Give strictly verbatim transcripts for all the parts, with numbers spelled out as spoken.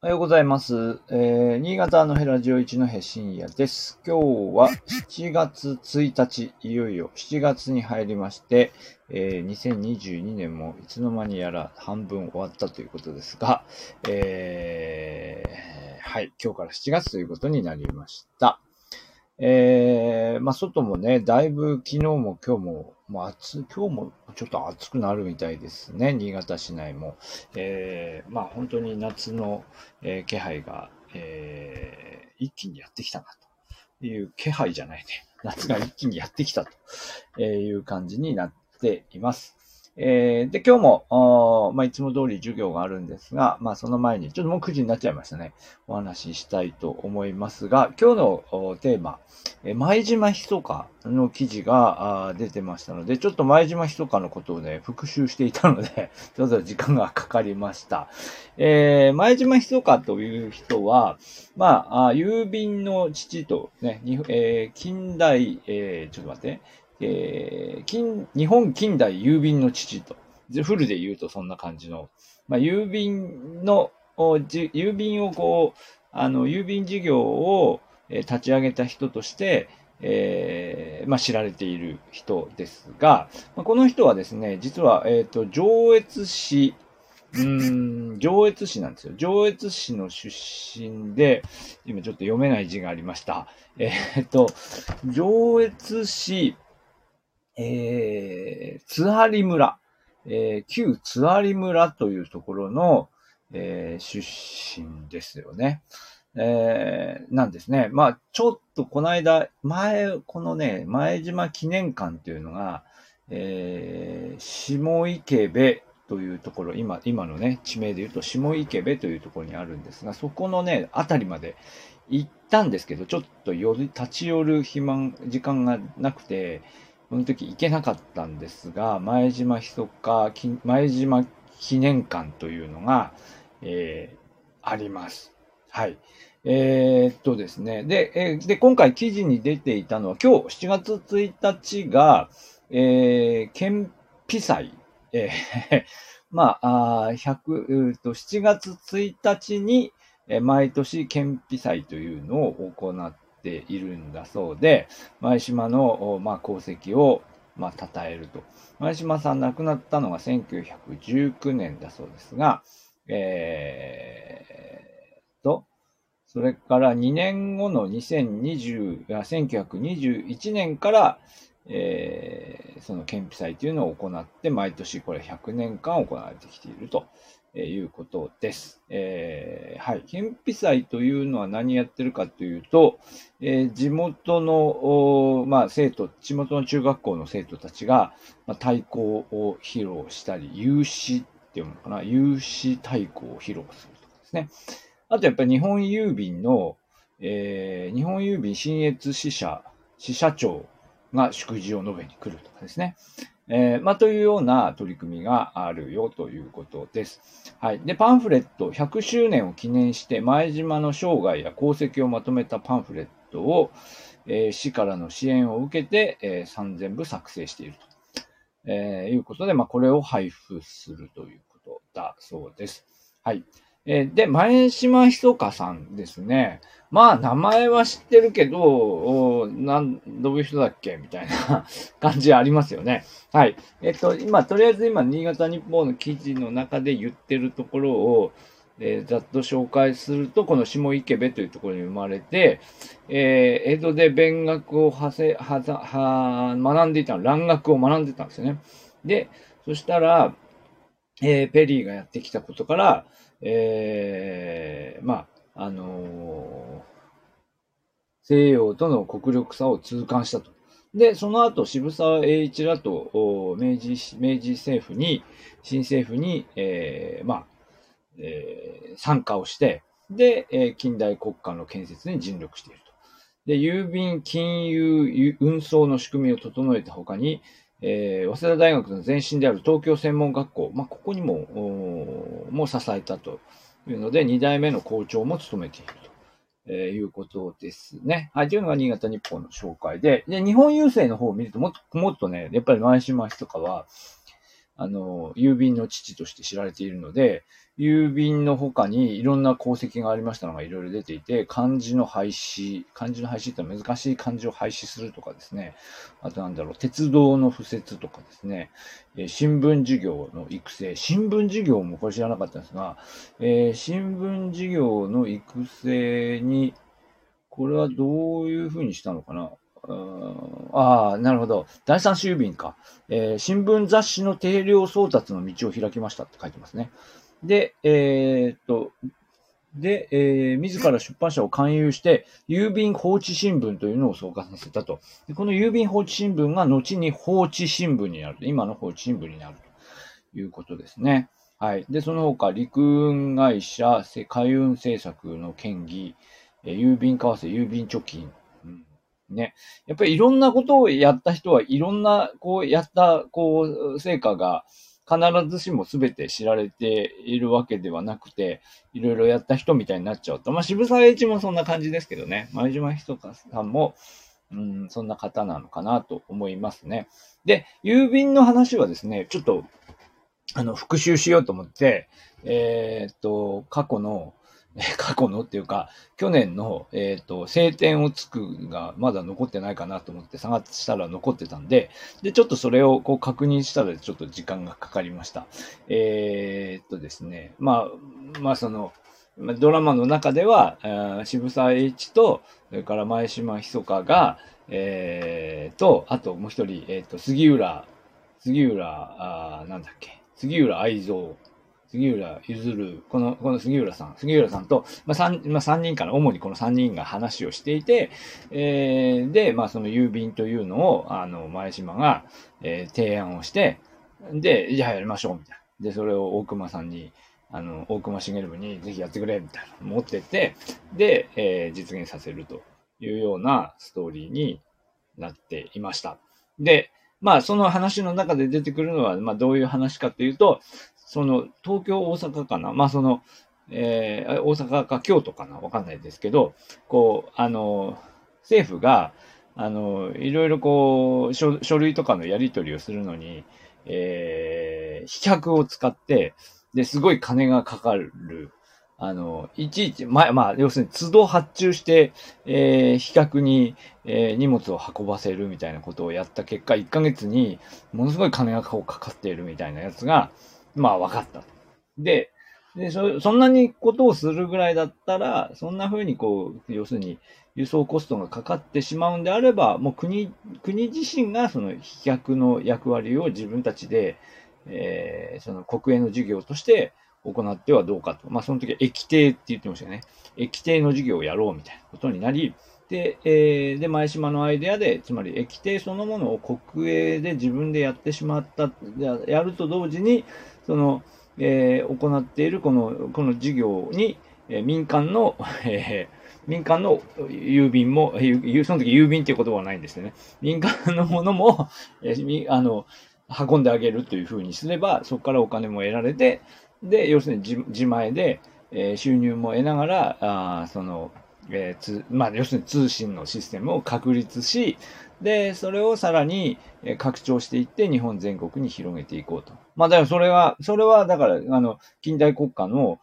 おはようございます。えー、新潟のヘラジオ一の戸深夜です。今日はしちがつついたち、いよいよしちがつに入りまして、えー、にせんにじゅうにねんもいつの間にやら半分終わったということですが、えー、はい、今日からしちがつということになりました。えー、まあ、外もね、だいぶ昨日も今日も、もう暑、今日もちょっと暑くなるみたいですね、新潟市内も。えー、まあ、本当に夏の、えー気配が、えー、一気にやってきたなという気配じゃないね。夏が一気にやってきたという感じになっています。えー、で、今日も、まあ、いつも通り授業があるんですが、まあ、その前に、ちょっともうくじになっちゃいましたね。お話ししたいと思いますが、今日のテーマ、前島ひそかの記事が出てましたので、ちょっと前島ひそかのことをね、復習していたので、ちょっと時間がかかりました。えー、前島ひそかという人は、まあ、郵便の父とね、えー、近代、えー、ちょっと待って、えー、近日本近代郵便の父と、フルで言うとそんな感じの、まあ、郵便の、郵便をこう、あの、郵便事業を立ち上げた人として、えー、まあ、知られている人ですが、まあ、この人はですね、実は、えっと、上越市、うーん、上越市なんですよ。上越市の出身で、今ちょっと読めない字がありました。えー、っと、上越市、えー、津張村、えー、旧津張村というところの、えー、出身ですよね。えー、なんですね。まあ、ちょっとこの間、前、このね、前島記念館っていうのが、えー、下池部というところ、今、今のね、地名で言うと下池部というところにあるんですが、そこのね、あたりまで行ったんですけど、ちょっとより立ち寄る暇、時間がなくて、その時行けなかったんですが、前島ひそか、前島記念館というのが、えー、あります。はい。えー、っとですね。で、えー、で、今回記事に出ていたのは、今日しちがつついたちが、えー、県批祭。えー、まあ、あひゃく、えー、としちがつついたちに、えー、毎年県批祭というのを行っているんだそうで、前島の、まあ、功績を、まあ、称えると。前島さん亡くなったのがせんきゅうひゃくじゅうきゅうねんだそうですが、えー、と、それからにねんごのにせんにじゅう、せんきゅうひゃくにじゅういちねんから、えー、その県批祭というのを行って、毎年これひゃくねんかん行われてきているということです。えー、はい。県批祭というのは何やってるかというと、えー、地元の、まあ、生徒、地元の中学校の生徒たちが、まあ、太鼓を披露したり、有志っていうのかな、有志太鼓を披露するとかですね。あとやっぱり日本郵便の、えー、日本郵便信越支社、支社長が祝辞を述べに来るとかですね。えー、まあ、というような取り組みがあるよということです。はい。で、パンフレットひゃくしゅうねんを記念して、前島の生涯や功績をまとめたパンフレットを、えー、市からの支援を受けて、えー、さんぜんぶ作成していると、えー、いうことで、まあ、これを配布するということだそうです。はい。えー、で、前島ひそかさんですね。まあ、名前は知ってるけど、おなん、どういう人だっけみたいな感じありますよね。はい。えっと、今、とりあえず今、新潟日報の記事の中で言ってるところを、えー、ざっと紹介すると、この下池部というところに生まれて、えー、江戸で勉学をはせ、はざ、は、学んでいたの、蘭学を学んでたんですよね。で、そしたら、えー、ペリーがやってきたことから、えー、まあ、あのー、西洋との国力差を痛感したと。で、その後、渋沢栄一らと、明治、明治政府に、新政府に、えー、まあ、えー、参加をして、で、えー、近代国家の建設に尽力していると。で、郵便、金融、運送の仕組みを整えたほかに、えー、早稲田大学の前身である東京専門学校、まあ、ここにも、も支えたというので、に代目の校長も務めていると。えー、いうことですね。はい。というのが新潟日報の紹介で、で、日本郵政の方を見るともっと、もっとね、やっぱり前島氏とかは、 あの、郵便の父として知られているので、郵便の他にいろんな功績がありましたのがいろいろ出ていて、漢字の廃止、漢字の廃止って難しい漢字を廃止するとかですね、あとなんだろう、鉄道の敷設とかですね、えー、新聞事業の育成、新聞事業もこれ知らなかったんですが、えー、新聞事業の育成に、これはどういうふうにしたのかな。ああ、なるほど。第三種郵便か、えー。新聞雑誌の定量送達の道を開きましたって書いてますね。で、えー、っと、で、えー、自ら出版社を勧誘して、郵便放置新聞というのを創刊させたと。でこの郵便放置新聞が後に放置新聞になる。今の放置新聞になるということですね。はい。で、その他、陸運会社、海運政策の権利、郵便為替、郵便貯金、うんね。やっぱりいろんなことをやった人はいろんな、こう、やった、こう、成果が必ずしも全て知られているわけではなくて、いろいろやった人みたいになっちゃうと。まあ、渋沢栄一もそんな感じですけどね。前島ひそかさんも、うん、そんな方なのかなと思いますね。で、郵便の話はですね、ちょっと、あの、復習しようと思って、えー、っと、過去の、過去のっていうか、去年の、えっ、ー、と、晴天をつくがまだ残ってないかなと思って探したら残ってたんで、で、ちょっとそれをこう確認したらちょっと時間がかかりました。えー、っとですね、まあ、まあその、ドラマの中では、渋沢栄一と、それから前島ひそかが、えー、と、あともう一人、えー、っと、杉浦、杉浦、あなんだっけ、杉浦愛蔵、杉浦譲る、この、この杉浦さん、杉浦さんと、まあ、三、まあ、三人かな、主にこの三人が話をしていて、えー、で、まあ、その郵便というのを、あの、前島が、えー、提案をして、で、じゃあやりましょう、みたいな。で、それを大隈さんに、あの、大隈重信にぜひやってくれ、みたいな持ってって、で、えー、実現させるというようなストーリーになっていました。で、まあ、その話の中で出てくるのは、まあ、どういう話かっていうと、その、東京、大阪かなまあ、その、えー、大阪か京都かなわかんないですけど、こう、あの、政府が、あの、いろいろこう、書、書類とかのやり取りをするのに、えー、飛脚を使って、で、すごい金がかかる。あの、いちいち、まあ、まあ、要するに、都度発注して、えー、飛脚に、えー、荷物を運ばせるみたいなことをやった結果、いっかげつに、ものすごい金がかかっているみたいなやつが、まあ、分かった。で、でそ、そんなにことをするぐらいだったら、そんな風にこう、要するに、輸送コストがかかってしまうんであれば、もう国、国自身がその飛脚の役割を自分たちで、えー、その国営の事業として行ってはどうかと。まあ、その時は駅定って言ってましたよね。駅定の事業をやろうみたいなことになり、で、えー、で、前島のアイデアで、つまり駅定そのものを国営で自分でやってしまった、やると同時に、その、えー、行っているこの、この事業に、えー、民間の、えー、民間の郵便も、その時郵便っていう言葉はないんですよね。民間のものも、えー、あの、運んであげるというふうにすれば、そこからお金も得られて、で、要するに自自前で、えー、収入も得ながら、あその、えーつまあ、要するに通信のシステムを確立し、で、それをさらに拡張していって日本全国に広げていこうと。まあ、だからそれは、それはだから、あの、近代国家の、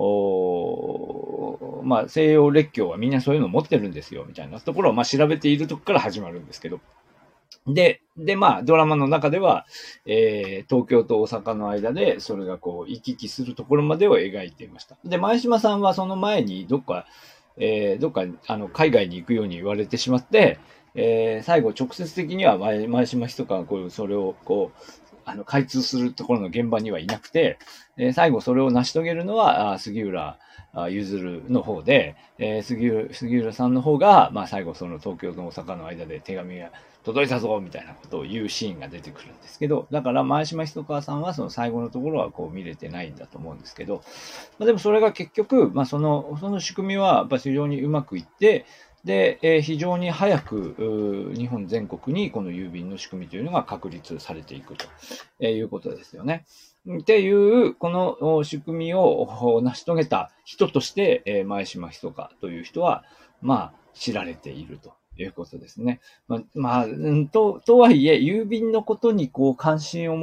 おまあ、西洋列強はみんなそういうのを持ってるんですよ、みたいなところを、まあ、調べているところから始まるんですけど。で、で、まあ、ドラマの中では、えー、東京と大阪の間で、それがこう、行き来するところまでを描いていました。で、前島さんはその前に、どっか、えー、どっか、あの、海外に行くように言われてしまって、えー、最後、直接的には前、前島ひとかがこう、それを、こう、あの、開通するところの現場にはいなくて、えー、最後それを成し遂げるのは、あ杉浦譲るの方で、えー、杉浦、杉浦さんの方が、まあ最後その東京と大阪の間で手紙が届いたぞみたいなことを言うシーンが出てくるんですけど、だから前島ひとかさんはその最後のところはこう見れてないんだと思うんですけど、まあ、でもそれが結局、まあその、その仕組みはやっぱ非常にうまくいって、で、えー、非常に早く日本全国にこの郵便の仕組みというのが確立されていくと、えー、いうことですよね。っていう、この仕組みを成し遂げた人として、えー、前島ひそかという人は、まあ、知られているということですね。まあ、まあ、と、とはいえ、郵便のことにこう関心を持っ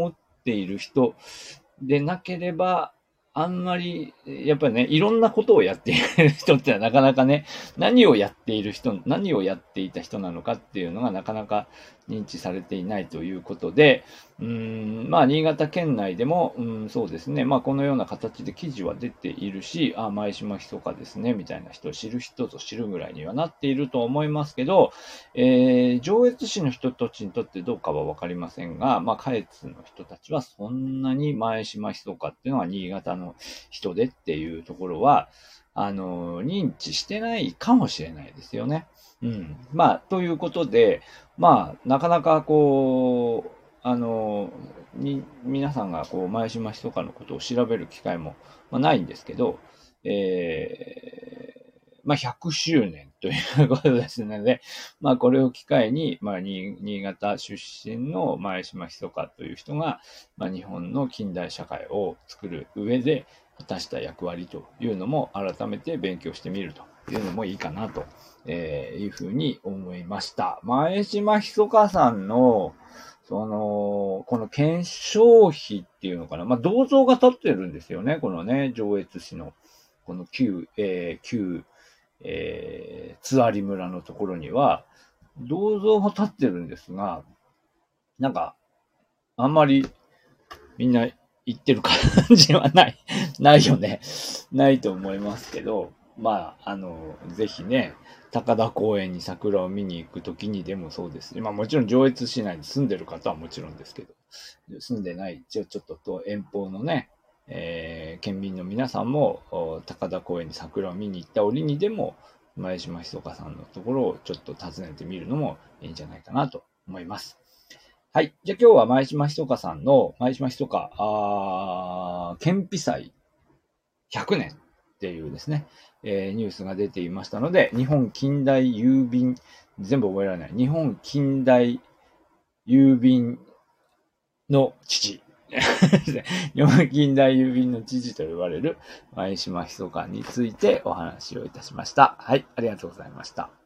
っている人でなければ、あんまり、やっぱりね、いろんなことをやっている人ってのはなかなかね、何をやっている人、何をやっていた人なのかっていうのがなかなか認知されていないということで、うーん、まあ、新潟県内でも、うん、そうですね、まあ、このような形で記事は出ているし、あ、前島ひそかですね、みたいな人を知る人ぞ知るぐらいにはなっていると思いますけど、えー、上越市の人たちにとってどうかはわかりませんが、まあ、下越の人たちはそんなに前島ひそかっていうのは新潟の人でっていうところは、あの、認知してないかもしれないですよね。うん。まあ、ということで、まあ、なかなかこう、あの、に、皆さんがこう、前島ひそかのことを調べる機会も、まあ、ないんですけど、えー、まあ、ひゃくしゅうねんということですので、まあ、これを機会に、まあ、新潟出身の前島ひそかという人が、まあ、日本の近代社会を作る上で果たした役割というのも改めて勉強してみるというのもいいかなというふうに思いました。前島ひそかさんの、その、この顕彰碑っていうのかな。まあ、銅像が立ってるんですよね。このね、上越市の、この旧、えー、旧、えー、津有村のところには、銅像が立ってるんですが、なんか、あんまりみんな言ってる感じはない、ないよね。ないと思いますけど、まあ、あの、ぜひね、高田公園に桜を見に行くときにでもそうですね。まあもちろん上越市内に住んでる方はもちろんですけど、住んでない、ちょ、ちょっとと遠方のね、えー、県民の皆さんも、高田公園に桜を見に行った折にでも、前島ひそかさんのところをちょっと訪ねてみるのもいいんじゃないかなと思います。はい。じゃあ今日は前島ひそかさんの、前島ひそか、あー、県妃祭ひゃくねんっていうですね、えー、ニュースが出ていましたので、日本近代郵便、全部覚えられない。日本近代郵便の父。日本近代郵便の父と呼ばれる前島ひそかについてお話をいたしました。はい。ありがとうございました。